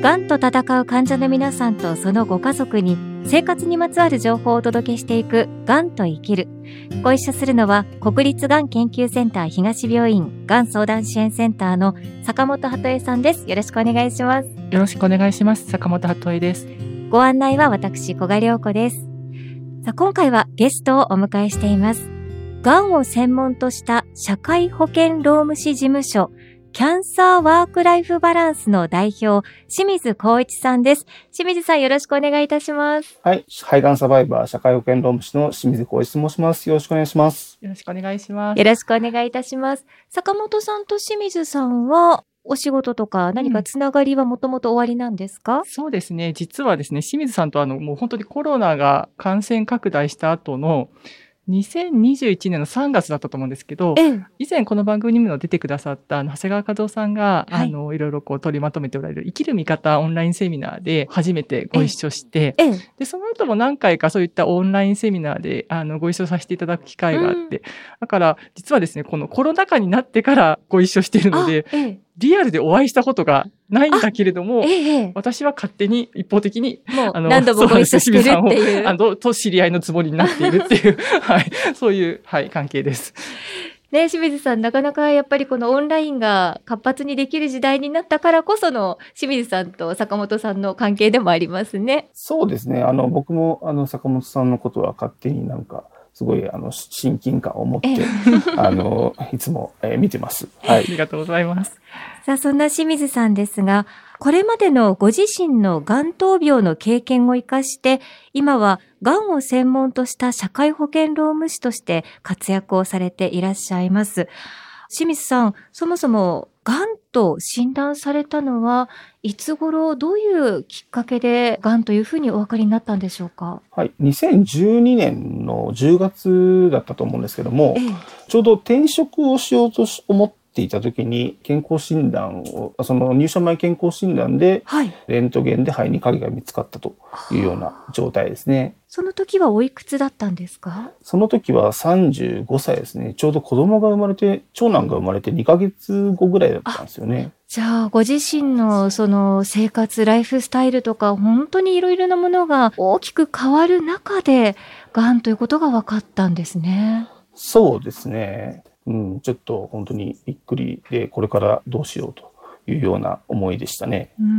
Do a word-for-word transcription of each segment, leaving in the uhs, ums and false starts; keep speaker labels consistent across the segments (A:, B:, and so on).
A: がんと闘う患者の皆さんとそのご家族に生活にまつわる情報をお届けしていくがんと生きる。ご一緒するのは国立がん研究センター東病院がん相談支援センターの坂本鳩恵さんです。よろしくお願いします。
B: よろしくお願いします。坂本鳩恵です。
A: ご案内は私古賀良子です。さあ、今回はゲストをお迎えしています。がんを専門とした社会保険労務士事務所キャンサーワークライフバランスの代表、清水光一さんです。清水さん、よろしくお願いいたします。
C: はい。肺がんサバイバー社会保険労務士の清水光一と申します。よろしくお願いします。
B: よろしくお願いします。
A: よろしくお願いいたします。坂本さんと清水さんは、お仕事とか何かつながりはもともとおありなんですか？
B: うん、そうですね。実はですね、清水さんとあの、もう本当にコロナが感染拡大した後の、にせんにじゅういちねんのさんがつだったと思うんですけど、ええ、以前この番組にも出てくださったあの長谷川和夫さんが、はい、あのいろいろこう取りまとめておられる生きる味方オンラインセミナーで初めてご一緒して、ええ、でその後も何回かそういったオンラインセミナーであのご一緒させていただく機会があって、うん、だから実はですね、このコロナ禍になってからご一緒しているので、ええ、リアルでお会いしたことがないんだけれども、ええ、私は勝手に一方的に
A: もうあの何度もご一緒してるっていう、
B: あのと知り合いのつもりになっているっていうはい、そういうはい関係です。
A: ね、清水さん、なかなかやっぱりこのオンラインが活発にできる時代になったからこその清水さんと坂本さんの関係でもありますね。
C: そうですね。あの僕もあの坂本さんのことは勝手になんかすごいあの親近感を持ってあのいつも、えー、見てます。
B: はい、ありがとうございます。
A: さあ、そんな清水さんですが、これまでのご自身のがん闘病の経験を生かして、今はがんを専門とした社会保険労務士として活躍をされていらっしゃいます。清水さん、そもそもがんと診断されたのはいつ頃、どういうきっかけでがんというふうにお分かりになったんでしょうか？
C: はい、にせんじゅうにねんのじゅうがつだったと思うんですけども、ええ、ちょうど転職をしようと思ってていた時に健康診断を、その入社前健康診断で、はい、レントゲンで肺に影が見つかったというような状態ですね。
A: その時はおいくつだったんですか？
C: その時はさんじゅうごさいですね。ちょうど子供が生まれて、長男が生まれてにかげつごぐらいだったんですよね。
A: じゃあ、ご自身のその生活、ライフスタイルとか、本当にいろいろなものが大きく変わる中で、がんということが分かったんですね。
C: そうですね。うん、ちょっと本当にびっくりで、これからどうしようというような思いでしたね。
A: うん、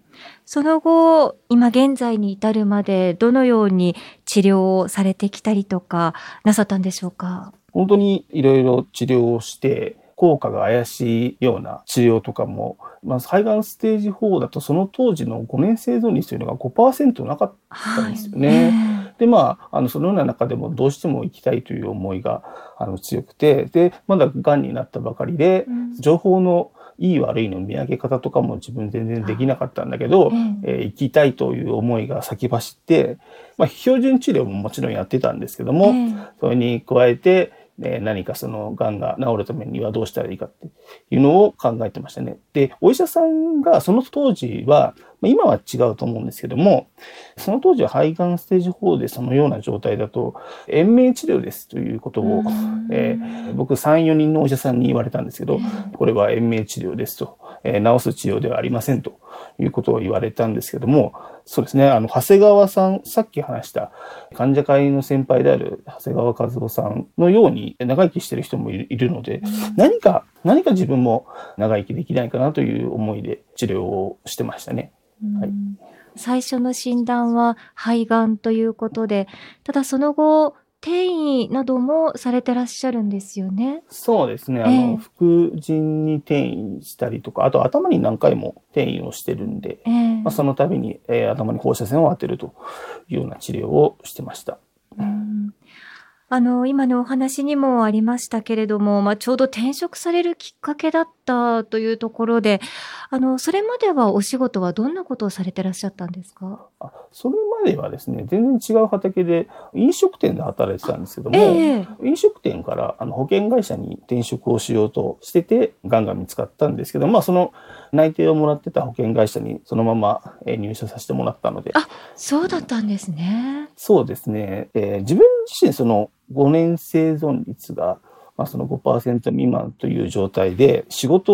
A: その後、今現在に至るまでどのように治療をされてきたりとかなさったんでしょうか？
C: 本当にいろいろ治療をして、効果が怪しいような治療とかも、まあ、肺がんステージフォーだとその当時のごねん生存率というのが ごパーセント なかったんですよね。はい、で、まあ、あの、そのような中でもどうしても生きたいという思いがあの強くて、で、まだがんになったばかりで、うん、情報のいい悪いの見分け方とかも自分全然できなかったんだけど、えー、生きたいという思いが先走って、まあ、標準治療ももちろんやってたんですけども、それに加えて、えー、何かその癌が治るためにはどうしたらいいかっていうのを考えてましたね。で、お医者さんがその当時は、今は違うと思うんですけども、その当時は肺がんステージフォーでそのような状態だと、延命治療ですということを、えー、僕さん、よにんのお医者さんに言われたんですけど、これは延命治療ですと、えー、治す治療ではありませんということを言われたんですけども、そうですね、あの、長谷川さん、さっき話した患者会の先輩である長谷川和夫さんのように長生きしてる人もいるので、何か、何か自分も長生きできないかなという思いで治療をしてましたね。はい、
A: 最初の診断は肺がんということで、ただその後、転移などもされてらっしゃるんですよね。
C: そうですね。あの、えー、副腎に転移したりとか、あと頭に何回も転移をしてるんで、えーまあ、その度に、えー、頭に放射線を当てるというような治療をしてました。
A: うんあの、今のお話にもありましたけれども、まあ、ちょうど転職されるきっかけだったというところで、あの、それまではお仕事はどんなことをされてらっしゃったんですか？
C: あ、それまではですね、全然違う畑で飲食店で働いてたんですけども、えー、飲食店からあの保険会社に転職をしようとしてて、癌が見つかったんですけど、まあ、その内定をもらってた保険会社にそのまま入社させてもらったので。
A: あ、そうだったんですね。
C: そうですね。えー、自分自身そのごねん生存率が、まあ、その ごパーセント 未満という状態で仕事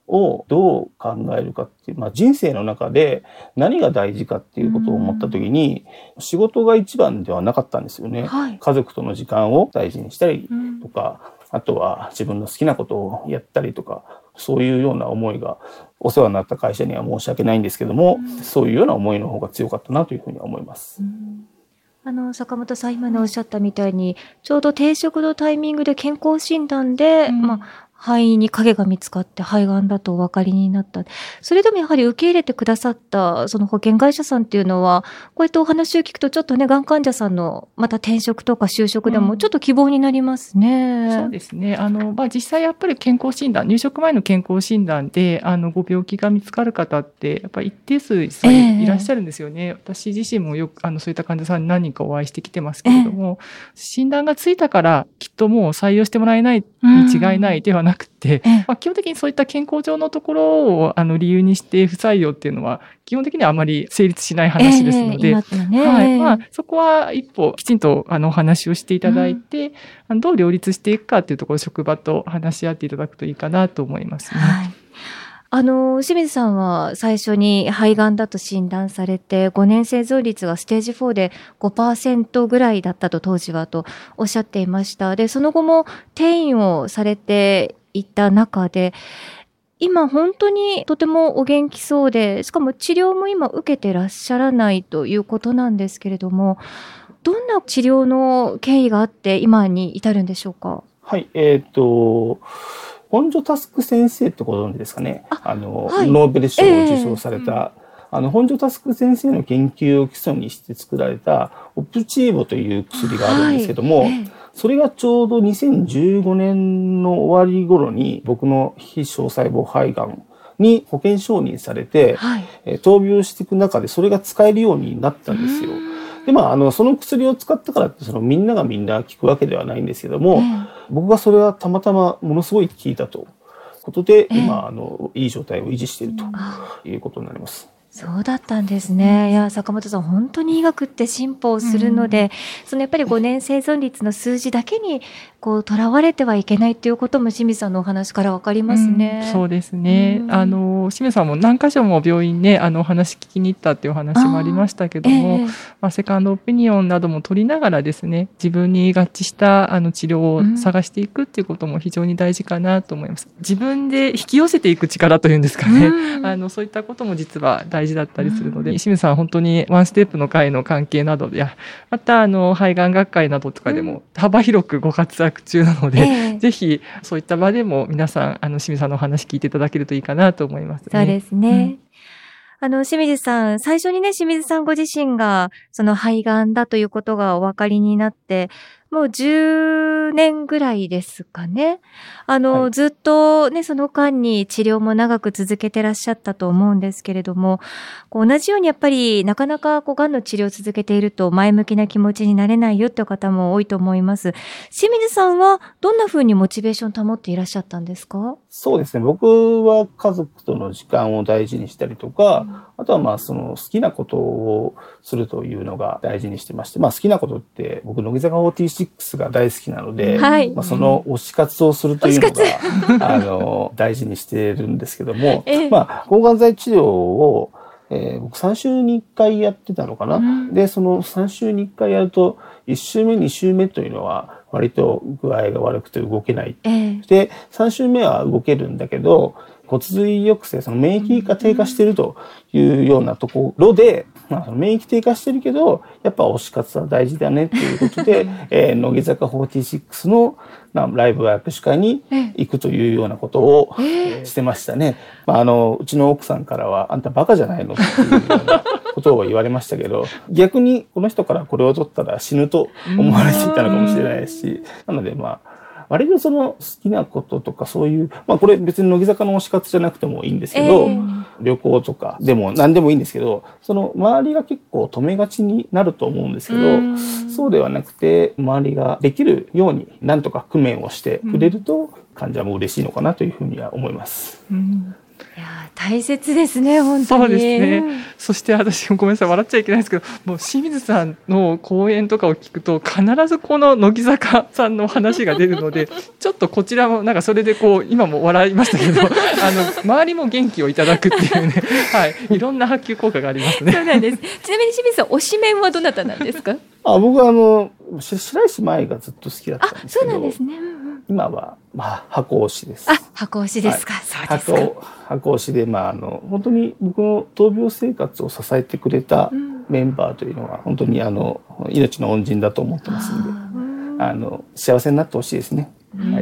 C: をどう考えるかっていう、まあ、人生の中で何が大事かっていうことを思った時に、仕事が一番ではなかったんですよね。はい、家族との時間を大事にしたりとか、あとは自分の好きなことをやったりとか、そういうような思いが、お世話になった会社には申し訳ないんですけども、うん、そういうような思いの方が強かったなというふうには思います。うん、
A: あの、坂本さん今のおっしゃったみたいに、ちょうど転職のタイミングで健康診断で、うん、まあ、肺に影が見つかって肺がんだとお分かりになった。それでもやはり受け入れてくださったその保険会社さんっていうのは、こうやってお話を聞くとちょっとね、がん患者さんのまた転職とか就職でもちょっと希望になりますね。
B: うん、そうですね。あの、まあ、実際やっぱり健康診断、入職前の健康診断で、あの、ご病気が見つかる方って、やっぱり一定数いらっしゃるんですよね。えー、私自身もよく、あの、そういった患者さんに何人かお会いしてきてますけれども、えー、診断がついたからきっともう採用してもらえないに違いないではなくて、うん、まあ、基本的にそういった健康上のところをあの理由にして不採用っていうのは基本的にはあまり成立しない話ですので、えーね、はい、まあ、そこは一歩きちんとあのお話をしていただいて、うん、あのどう両立していくかっていうところを職場と話し合っていただくといいかなと思いますね。はい、
A: あの、清水さんは最初に肺がんだと診断されて、ごねん生存率がステージフォーで ごパーセント ぐらいだったと当時はとおっしゃっていました。で、その後も転院をされていた中で、今本当にとてもお元気そうで、しかも治療も今受けてらっしゃらないということなんですけれども、どんな治療の経緯があって今に至るんでしょうか？
C: はい、えっと、本庶佑先生ってご存知ですかね。あ, あの、はい、ノーベル賞を受賞された、えーあの、本庶佑先生の研究を基礎にして作られたオプチーボという薬があるんですけども、はい、えー、それがちょうどにせんじゅうごねんの終わり頃に僕の非小細胞肺がんに保険承認されて、はい、えー、闘病していく中でそれが使えるようになったんですよ。で、まあ、あの、その薬を使ったからって、そのみんながみんな効くわけではないんですけども、えー、僕がそれはたまたまものすごい効いたということで、えー、今、あの、いい状態を維持しているということになります。
A: そうだったんですね。いや、坂本さん、本当に医学って進歩するので、うん、そのやっぱりごねん生存率の数字だけに、こう、とらわれてはいけないということも清水さんのお話からわかりますね。
B: うん、そうですね。うん、あの、清水さんも何箇所も病院ね、あの、お話聞きに行ったっていうお話もありましたけども、あ、えー、まあ、セカンドオピニオンなども取りながらですね、自分に合致したあの治療を探していくっていうことも非常に大事かなと思います。自分で引き寄せていく力というんですかね。うん、あの、そういったことも実は大事だったりするので、うん、清水さんは本当にワンステップの会の関係などや、またあの肺がん学会などとかでも幅広くご活躍中なので、えー、ぜひそういった場でも皆さんあの清水さんのお話聞いていただけるといいかなと思いますね。
A: そうですね。うん、あの、清水さん、最初にね、清水さんご自身が、その肺がんだということがお分かりになって、もうじゅうねんぐらいですかね。あの、はい、ずっとね、その間に治療も長く続けてらっしゃったと思うんですけれども、こう同じようにやっぱりなかなかこうがんの治療を続けていると前向きな気持ちになれないよっていう方も多いと思います。清水さんはどんな風にモチベーションを保っていらっしゃったんですか？
C: そうですね。僕は家族との時間を大事にしたりとか、うん、あとはまあその好きなことをするというのが大事にしてまして、まあ好きなことって僕乃木坂フォーティーシックスが大好きなので、はい、まあ、その推し活をするというのがあの大事にしているんですけども、ええ、まあ抗がん剤治療を、えー、僕さん週にいっかいやってたのかな、うん、でそのさん週にいっかいやるといち週目に週目というのは割と具合が悪くて動けない、ええ、でさん週目は動けるんだけど骨髄抑制、その免疫が低下しているというようなところで、まあ、その免疫低下してるけど、やっぱ推し活は大事だねっていうことで、えー、乃木坂フォーティーシックスのライブ握手会に行くというようなことを、えー、してましたね。まあ、あの、うちの奥さんからは、あんたバカじゃないのっていうようなことを言われましたけど、逆にこの人からこれを取ったら死ぬと思われていたのかもしれないし、なのでまあ、割とその好きなこととかそういう、まあこれ別に乃木坂の推し活じゃなくてもいいんですけど、えー、旅行とかでも何でもいいんですけど、その周りが結構止めがちになると思うんですけど、そうではなくて周りができるようになんとか工面をしてくれると患者も嬉しいのかなというふうには思います。
A: うん、いや大切ですね、本当に。
B: そうですね。うん、そして私、ごめんなさい、笑っちゃいけないんですけど、もう清水さんの講演とかを聞くと、必ずこの乃木坂さんの話が出るので、ちょっとこちらもなんかそれでこう、今も笑いましたけど、あの、周りも元気をいただくっていうね、はい、いろんな波及効果がありますね。
A: そうなんです。ちなみに清水さん、推しメンはどなたなんですか？
C: あ、僕はあの、白石麻衣がずっと好きだったんですけど。
A: あ、そうなんですね。うんうん、
C: 今は、まあ、箱推しです。
A: あ、箱推しですか。はい、そうですか。
C: 箱、箱推しで、まあ、あの、本当に僕の闘病生活を支えてくれたメンバーというのは、本当にあの、命の恩人だと思ってますんで、あの、幸せになってほしいですね。はい。うん、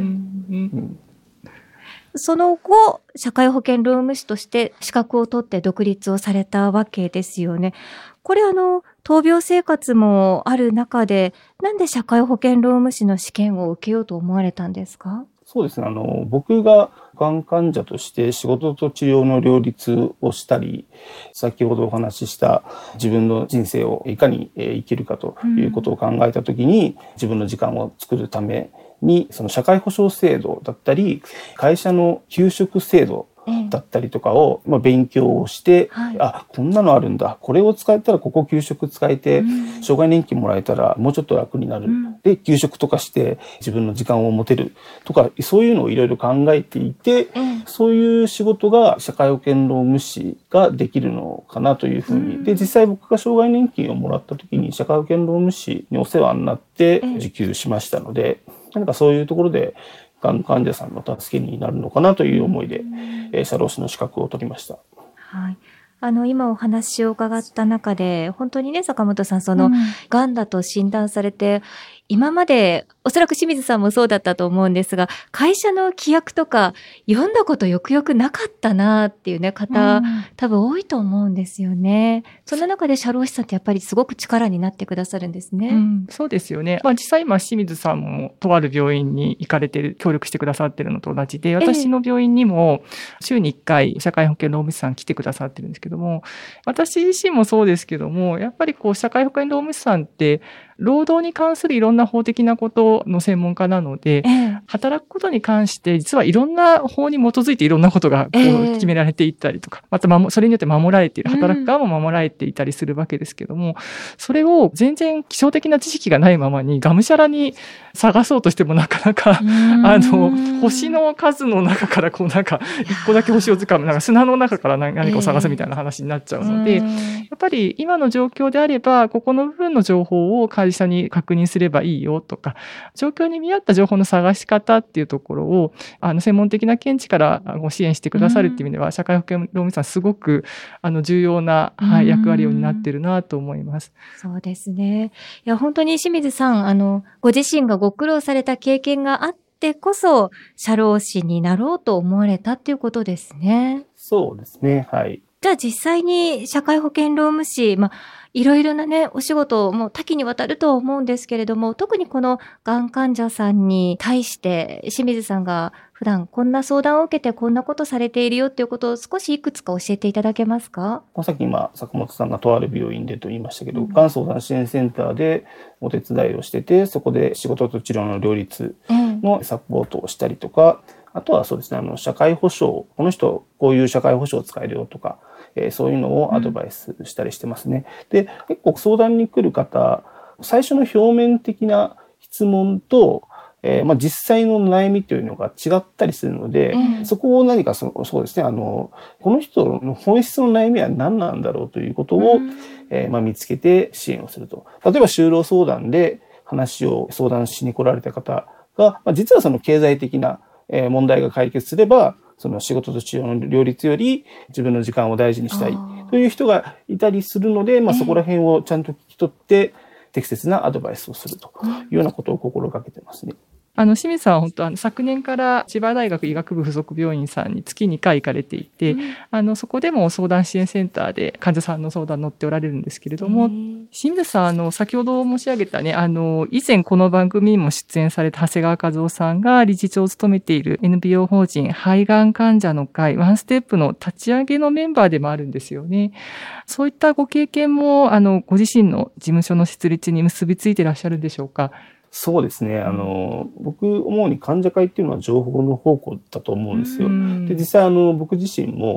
A: その後、社会保険労務士として資格を取って独立をされたわけですよね。これあの、闘病生活もある中で、なんで社会保険労務士の試験を受けようと思われたんですか？
C: そうですね。あの、僕ががん患者として仕事と治療の両立をしたり、先ほどお話しした自分の人生をいかに生きるかということを考えたときに、うん、自分の時間を作るために、その社会保障制度だったり、会社の給食制度だったりとかを、まあ、勉強をして、はい、あ、こんなのあるんだ。これを使えたらここ給食使えて、うん、障害年金もらえたらもうちょっと楽になる。うん、で、給食とかして自分の時間を持てるとか、そういうのをいろいろ考えていて、うん、そういう仕事が社会保険労務士ができるのかなというふうに。うん、で、実際僕が障害年金をもらった時に社会保険労務士にお世話になって受給しましたので、うん、何かそういうところで、がん患者さんの助けになるのかなという思いで、えー、社労士の資格を取りました。
A: はい。あの、今お話を伺った中で、本当にね、坂本さん、その、がんだと診断されて、今まで、おそらく清水さんもそうだったと思うんですが、会社の規約とか読んだことよくよくなかったなっていうね、方、うん、多分多いと思うんですよね。そんな中で社労士さんってやっぱりすごく力になってくださるんですね。
B: うん、そうですよね。まあ実際今清水さんもとある病院に行かれてる、協力してくださってるのと同じで、私の病院にも週にいっかい社会保険労務士さん来てくださってるんですけども、私自身もそうですけども、やっぱりこう社会保険労務士さんって労働に関するいろんな法的なことの専門家なので、ええ、働くことに関して実はいろんな法に基づいていろんなことがこう決められていったりとか、え、またそれによって守られている、働く側も守られていたりするわけですけども、うん、それを全然基礎的な知識がないままにがむしゃらに探そうとしてもなかなか、あの、星の数の中からこうなんか一個だけ星をつかむ、なんか砂の中から何かを探すみたいな話になっちゃうので、やっぱり今の状況であれば、ここの部分の情報を会社に確認すればいいよとか、状況に見合った情報の探し方っていうところを、あの、専門的な見地からご支援してくださるっていう意味では、社会保険労務士さんすごく、あの、重要な、はい、役割を担ってるなと思います。
A: そうですね。いや、本当に清水さん、あの、ご自身がご苦労された経験があってこそ、社労士になろうと思われたっていうことですね。
C: そうですね。はい。
A: じゃあ実際に社会保険労務士、まあ、いろいろなね、お仕事も多岐にわたるとは思うんですけれども、特にこのがん患者さんに対して清水さんが普段こんな相談を受けてこんなことされているよっていうことを少しいくつか教えていただけますか？
C: さっき今、坂本さんがとある病院でと言いましたけど、がん相談支援センターでお手伝いをしてて、そこで仕事と治療の両立のサポートをしたりとか、うん、あとはそうですね、あの、社会保障、この人、こういう社会保障を使えるよとか、えー、そういうのをアドバイスしたりしてますね。うん、で、結構相談に来る方、最初の表面的な質問と、えー、まあ実際の悩みというのが違ったりするので、うん、そこを何かそ、そうですね、あの、この人の本質の悩みは何なんだろうということを、うん、えー、まあ見つけて支援をすると。例えば就労相談で話を相談しに来られた方が、まあ、実はその経済的な問題が解決すれば、その仕事と治療の両立より自分の時間を大事にしたいという人がいたりするので、まあそこら辺をちゃんと聞き取って適切なアドバイスをするというようなことを心がけてますね。
B: あの、清水さんは本当あの、昨年から千葉大学医学部附属病院さんに月にかい行かれていて、うん、あの、そこでも相談支援センターで患者さんの相談に乗っておられるんですけれども、清水さん、あの、先ほど申し上げたね、あの、以前この番組にも出演された長谷川和夫さんが理事長を務めている エヌピーオー 法人肺がん患者の会ワンステップの立ち上げのメンバーでもあるんですよね。そういったご経験も、あの、ご自身の事務所の設立に結びついていらっしゃるんでしょうか？
C: そうですね。あの、僕、主に患者会っていうのは情報の宝庫だと思うんですよ。で、実際、あの、僕自身も、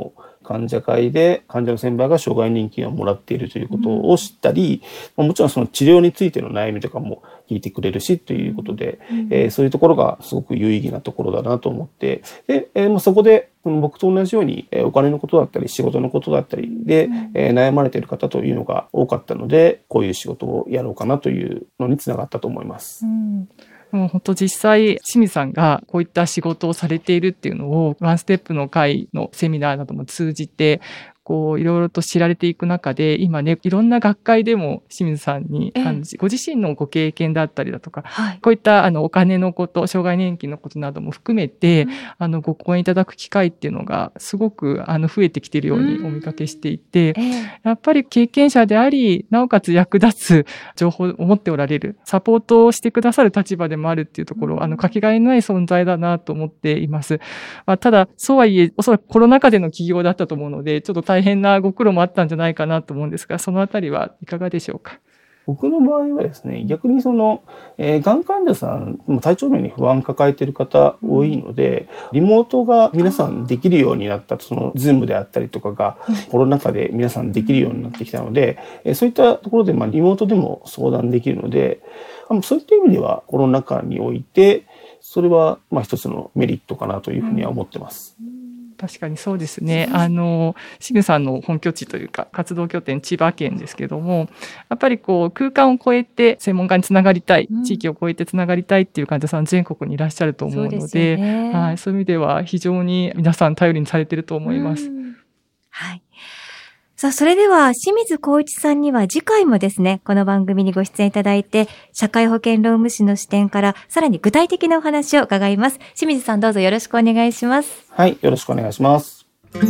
C: 患者会で患者の先輩が障害年金をもらっているということを知ったり、うん、もちろんその治療についての悩みとかも聞いてくれるしということで、うんえー、そういうところがすごく有意義なところだなと思って、で、えー、そこで僕と同じようにお金のことだったり仕事のことだったりで、うんえー、悩まれている方というのが多かったので、こういう仕事をやろうかなというのにつながったと思います。うん
B: もう本当実際、清水さんがこういった仕事をされているっていうのを、ワンステップの会のセミナーなども通じて、こういろいろと知られていく中で、今ね、いろんな学会でも清水さんに、ええ、あのご自身のご経験だったりだとか、はい、こういったあのお金のこと、障害年金のことなども含めて、うん、あのご講演いただく機会っていうのがすごくあの増えてきているようにお見かけしていて、うんえ、やっぱり経験者であり、なおかつ役立つ情報を持っておられる、サポートをしてくださる立場でもあるっていうところ、うん、あのかけがえのない存在だなと思っています。まあ、ただ、そうはいえ、おそらくコロナ禍での起業だったと思うので、ちょっと大変なご苦労もあったんじゃないかなと思うんですが、そのあたりはいかがでしょうか。
C: 僕の場合はですね、逆にその、えー、がん患者さん、体調面に不安抱えている方多いので、リモートが皆さんできるようになった、その、ズームであったりとかが、コロナ禍で皆さんできるようになってきたので、えー、そういったところで、まあ、リモートでも相談できるので、そういった意味ではコロナ禍において、それは、まあ、一つのメリットかなというふうには思ってます。うん
B: 確かにそうですね。あの、清水さんの本拠地というか、活動拠点、千葉県ですけども、やっぱりこう、空間を超えて専門家につながりたい、うん、地域を超えてつながりたいっていう患者さん全国にいらっしゃると思うので、そうですよね、はい、そういう意味では非常に皆さん頼りにされていると思います。うん、
A: はい。さあ、それでは、清水光一さんには次回もですね、この番組にご出演いただいて、社会保険労務士の視点から、さらに具体的なお話を伺います。清水さん、どうぞよろしくお願いします。
C: はい、よろしくお願いします。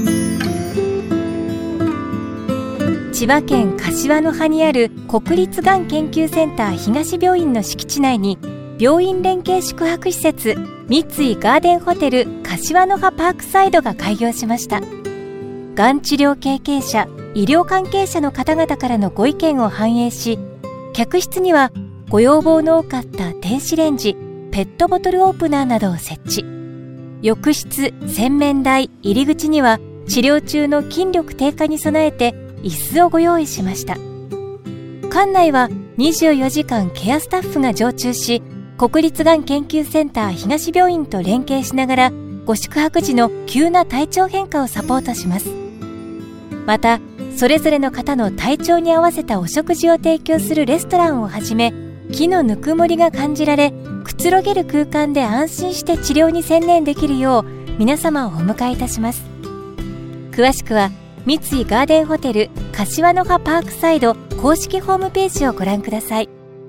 A: 千葉県柏の葉にある国立がん研究センター東病院の敷地内に、病院連携宿泊施設、三井ガーデンホテル柏の葉パークサイドが開業しました。がん治療経験者、医療関係者の方々からのご意見を反映し、客室にはご要望の多かった電子レンジ、ペットボトルオープナーなどを設置。浴室、洗面台、入り口には治療中の筋力低下に備えて椅子をご用意しました。館内はにじゅうよじかんケアスタッフが常駐し、国立がん研究センター東病院と連携しながら、ご宿泊時の急な体調変化をサポートします。また、それぞれの方の体調に合わせたお食事を提供するレストランをはじめ、木のぬくもりが感じられ、くつろげる空間で安心して治療に専念できるよう皆様をお迎えいたします。詳しくは三井ガーデンホテル柏の葉パークサイド公式ホームページをご覧ください。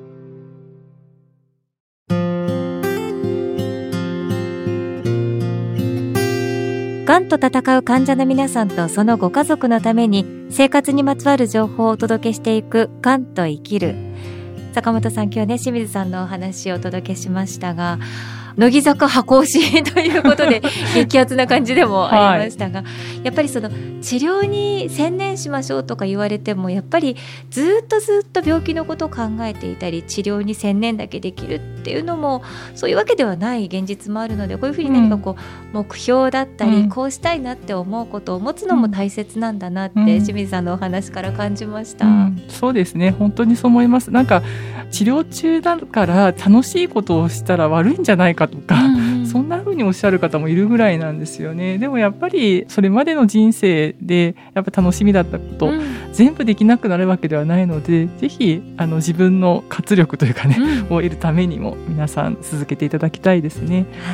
A: がんと闘う患者の皆さんとそのご家族のために生活にまつわる情報をお届けしていくがんと生きる。坂本さん、今日ね、清水さんのお話をお届けしましたが、乃木坂箱推しということで激アツな感じでもありましたが、はい、やっぱりその治療に専念しましょうとか言われても、やっぱりずっとずっと病気のことを考えていたり、治療に専念だけできるっていうのもそういうわけではない現実もあるので、こういうふうに何かこう、うん、目標だったり、うん、こうしたいなって思うことを持つのも大切なんだなって、うん、清水さんのお話から感じました、うん、
B: そうですね、本当にそう思います。なんか治療中だから楽しいことをしたら悪いんじゃないかとか、うんうん、そんな風におっしゃる方もいるぐらいなんですよね。でもやっぱりそれまでの人生でやっぱ楽しみだったこと、うん、全部できなくなるわけではないので、ぜひあの自分の活力というかね、うん、を得るためにも皆さん続けていただきたいですね。
A: はい、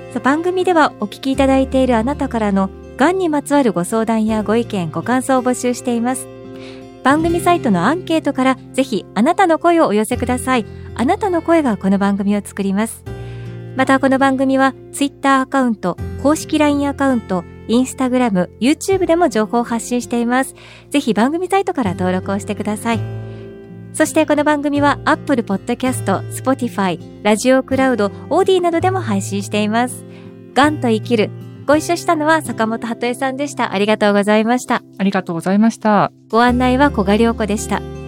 A: さあ番組ではお聞きいただいているあなたからのがんにまつわるご相談やご意見ご感想を募集しています。番組サイトのアンケートからぜひあなたの声をお寄せください。あなたの声がこの番組を作ります。またこの番組はツイッターアカウント、公式 ライン アカウント、インスタグラム、YouTube でも情報を発信しています。ぜひ番組サイトから登録をしてください。そしてこの番組は Apple Podcast、Spotify、ラジオクラウド、オーディなどでも配信しています。がんと生きる。ご一緒したのは坂本鳩江さんでした。ありがとうございました。
B: ありがとうございました。
A: ご案内は小賀良子でした。